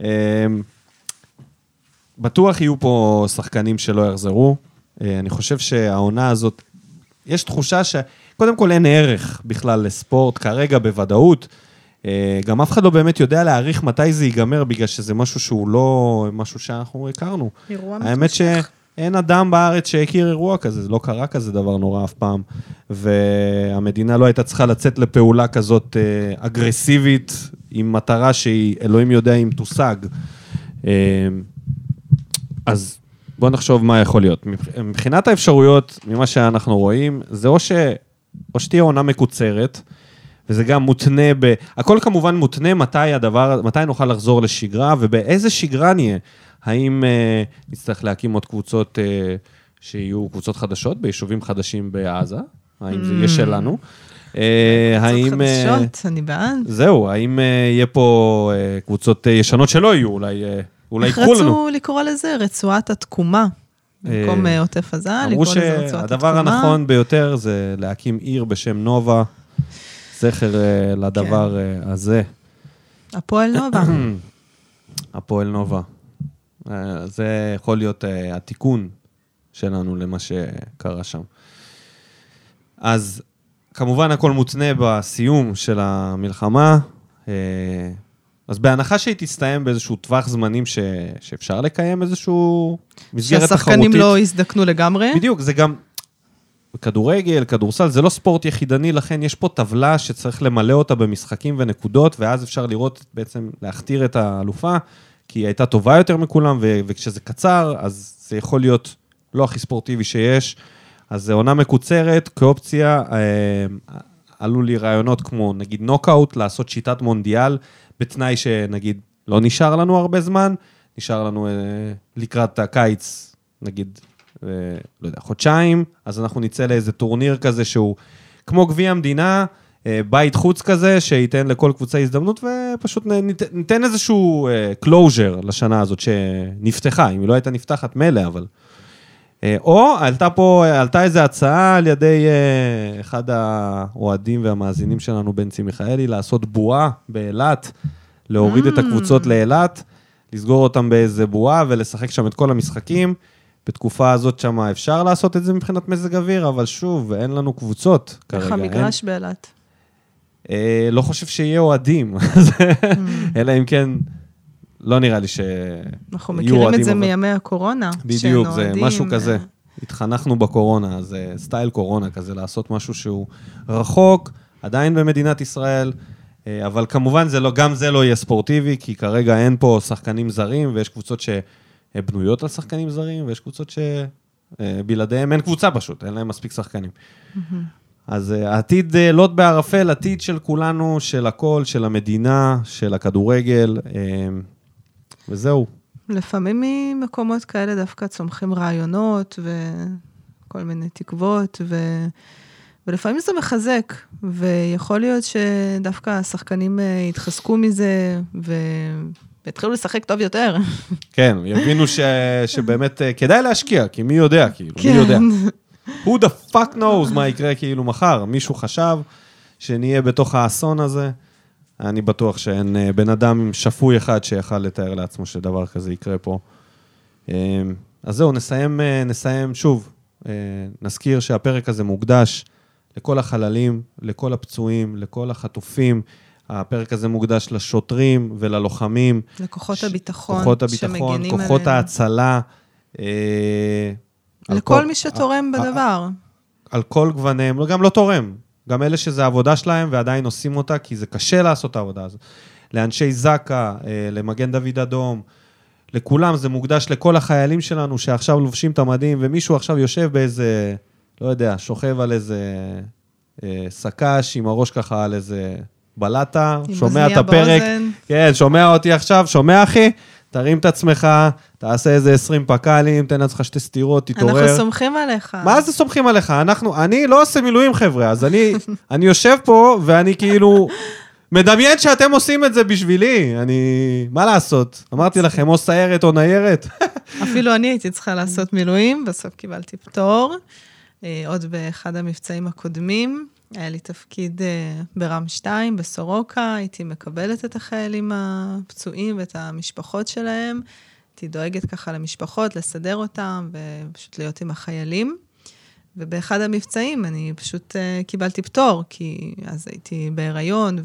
בטוח יהיו פה שחקנים שלא יחזרו. אני חושב שהעונה הזאת, יש תחושה שקודם כל אין ערך בכלל לספורט, כרגע בוודאות, גם אף אחד לא באמת יודע להעריך מתי זה ייגמר, בגלל שזה משהו שהוא לא משהו שאנחנו הכרנו. האמת שאין אדם בארץ שהכיר אירוע כזה, זה לא קרה כזה דבר נורא אף פעם, והמדינה לא הייתה צריכה לצאת לפעולה כזאת אגרסיבית, עם מטרה שהיא, אלוהים יודע אם תושג. אז בואו נחשוב מה יכול להיות. מבחינת האפשרויות, ממה שאנחנו רואים, זה או שתהיה עונה מקוצרת, וזה גם מותנה הכל כמובן מותנה מתי נוכל לחזור לשגרה, ובאיזה שגרה נהיה. האם נצטרך להקים עוד קבוצות שיהיו קבוצות חדשות, ביישובים חדשים בעזה? האם זה יהיה שלנו? קבוצות חדשות, אני בעד. זהו, האם יהיה פה קבוצות ישנות שלא יהיו, אולי יקחו לנו. רצו לקרוא לזה רצועת התקומה. במקום עוטף עזה, אמרו שהדבר הנכון ביותר זה להקים עיר בשם נובה, זכר לדבר הזה. הפועל נובה. הפועל נובה. זה יכול להיות התיקון שלנו למה שקרה שם. אז כמובן הכל מותנה בסיום של המלחמה, אז בהנחה שהיא תסתיים באיזשהו טווח זמנים שאפשר לקיים איזשהו מסגרת תחרותית. שהשחקנים לא יזדקנו לגמרי. בדיוק, זה גם כדורגל, כדורסל, זה לא ספורט יחידני, לכן יש פה טבלה שצריך למלא אותה במשחקים ונקודות, ואז אפשר לראות בעצם להכתיר את האלופה, כי היא הייתה טובה יותר מכולם, וכשזה קצר, אז זה יכול להיות לא הכי ספורטיבי שיש, אז זה עונה מקוצרת, כאופציה, עלו לי רעיונות כמו נגיד נוקאוט, לעשות שיטת מונדיאל, בתנאי שנגיד לא נשאר לנו הרבה זמן, נשאר לנו לקראת הקיץ, נגיד, לא יודע, חודשיים, אז אנחנו נצא לאיזה טורניר כזה שהוא כמו גביע המדינה, בית חוץ כזה, שייתן לכל קבוצה הזדמנות, ופשוט ניתן איזשהו closure לשנה הזאת שנפתחה, אם היא לא הייתה נפתחת מלא, אבל... או עלתה איזו הצעה על ידי אחד האוהדים והמאזינים שלנו, בנצי מיכאלי, לעשות בועה באילת, להוריד את הקבוצות לאילת, לסגור אותם באיזה בועה ולשחק שם את כל המשחקים. בתקופה הזאת שם אפשר לעשות את זה מבחינת מזג אוויר, אבל שוב, אין לנו קבוצות כרגע. איך המגרש באילת? לא חושב שיהיה אוהדים, אלא אם כן... לא נראה לי אנחנו מכירים את זה מימי הקורונה. בדיוק, זה משהו כזה. התחנכנו בקורונה, זה סטייל קורונה כזה, לעשות משהו שהוא רחוק, עדיין במדינת ישראל, אבל כמובן גם זה לא יהיה ספורטיבי, כי כרגע אין פה שחקנים זרים, ויש קבוצות שבנויות על שחקנים זרים, ויש קבוצות שבלעדיהם אין קבוצה פשוט, אין להם מספיק שחקנים. אז העתיד לוט בערפל, עתיד של כולנו, של הכל, של המדינה, של הכדורגל, וזהו. לפעמים ממקומות כאלה דווקא צומחים רעיונות וכל מיני תקוות, ולפעמים זה מחזק, ויכול להיות שדווקא השחקנים יתחזקו מזה, והתחילו לשחק טוב יותר. כן, יבינו שבאמת כדאי להשקיע, כי מי יודע, כאילו, מי יודע. Who the fuck knows מה יקרה כאילו מחר? מישהו חשב שנהיה בתוך האסון הזה, אני בטוח שאין בן אדם שפוי אחד שיכל לתאר לעצמו שדבר כזה יקרה פה. אז זהו, נסיים שוב. נזכיר שהפרק הזה מוקדש לכל החללים, לכל הפצועים, לכל החטופים. הפרק הזה מוקדש לשוטרים וללוחמים. לכוחות הביטחון, שמגינים עליהם. כוחות ההצלה. לכל מי שתורם בדבר. על כל גוונים, גם לא תורם. גם אלה שזה העבודה שלהם, ועדיין עושים אותה, כי זה קשה לעשות את העבודה הזאת. לאנשי זקה, למגן דוד אדום, לכולם, זה מוקדש לכל החיילים שלנו, שעכשיו לובשים את המדים, ומישהו עכשיו יושב באיזה, לא יודע, שוכב על איזה סקש, עם הראש ככה על איזה בלטה, שומע את הפרק. כן, שומע אותי עכשיו, שומע אחי? תרים את עצמך, תעשה איזה 20 פקלים, תן לעצמך 2 סתירות, תתעורר. אנחנו סומכים עליך. מה זה סומכים עליך? אני לא עושה מילואים, חבר'ה, אז אני יושב פה, ואני כאילו מדמיין שאתם עושים את זה בשבילי. מה לעשות? אמרתי לכם, או סיירת או ניירת. אפילו אני הייתי צריכה לעשות מילואים, בסוף קיבלתי פטור, עוד באחד המבצעים הקודמים, היה לי תפקיד ברם 2, בסורוקה, הייתי מקבלת את החיילים הפצועים ואת המשפחות שלהם, הייתי דואגת ככה למשפחות, לסדר אותם ופשוט להיות עם החיילים, ובאחד המבצעים אני פשוט קיבלתי פטור, כי אז הייתי בהיריון,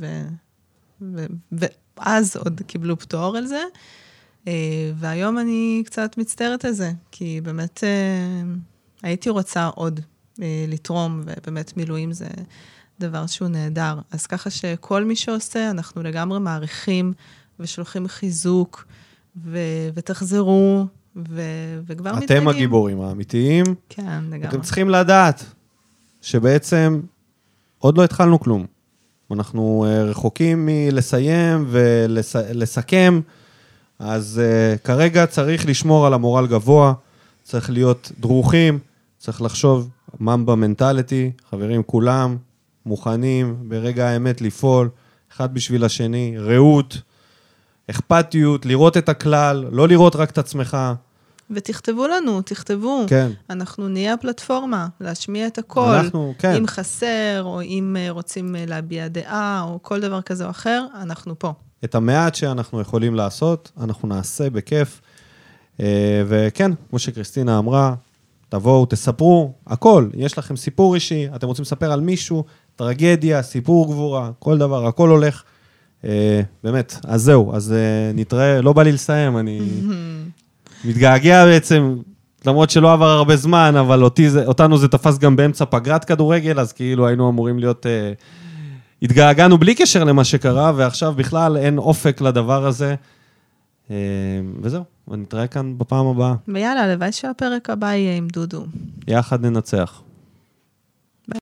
ואז עוד קיבלו פטור על זה, והיום אני קצת מצטערת על זה, כי באמת הייתי רוצה עוד לתרום, ובאמת מילואים זה דבר שהוא נהדר. אז ככה שכל מי שעושה, אנחנו לגמרי מעריכים, ושולחים חיזוק, ותחזרו, וכבר מתרגעים. אתם הגיבורים האמיתיים. כן, לגמרי. אתם צריכים לדעת, שבעצם עוד לא התחלנו כלום. אנחנו רחוקים מלסיים ולסכם, אז כרגע צריך לשמור על המורל גבוה, צריך להיות דרוכים, צריך לחשוב ממבה מנטליטי, חברים כולם מוכנים ברגע האמת לפעול, אחד בשביל השני, רעות, אכפתיות, לראות את הכלל, לא לראות רק את עצמך. ותכתבו לנו, תכתבו. כן. אנחנו נהיה הפלטפורמה, להשמיע את הכל. אנחנו, כן. אם חסר, או אם רוצים להביע דעה, או כל דבר כזה או אחר, אנחנו פה. את המעט שאנחנו יכולים לעשות, אנחנו נעשה בכיף. וכן, כמו שקריסטינה אמרה, תבואו, תספרו, הכל. יש לכם סיפור אישי, אתם רוצים לספר על מישהו, טרגדיה, סיפור גבורה, כל דבר, הכל הולך. באמת, אז זהו, אז נתראה, לא בא לי לסיים, אני מתגעגע בעצם, למרות שלא עבר הרבה זמן, אבל אותנו זה תפס גם באמצע פגרת כדורגל, אז כאילו היינו אמורים להיות, התגעגענו בלי קשר למה שקרה, ועכשיו בכלל אין אופק לדבר הזה, וזהו, ונתראה כאן בפעם הבאה. ויאללה, הלוואי שהפרק הבא יהיה עם דודו. יחד ננצח.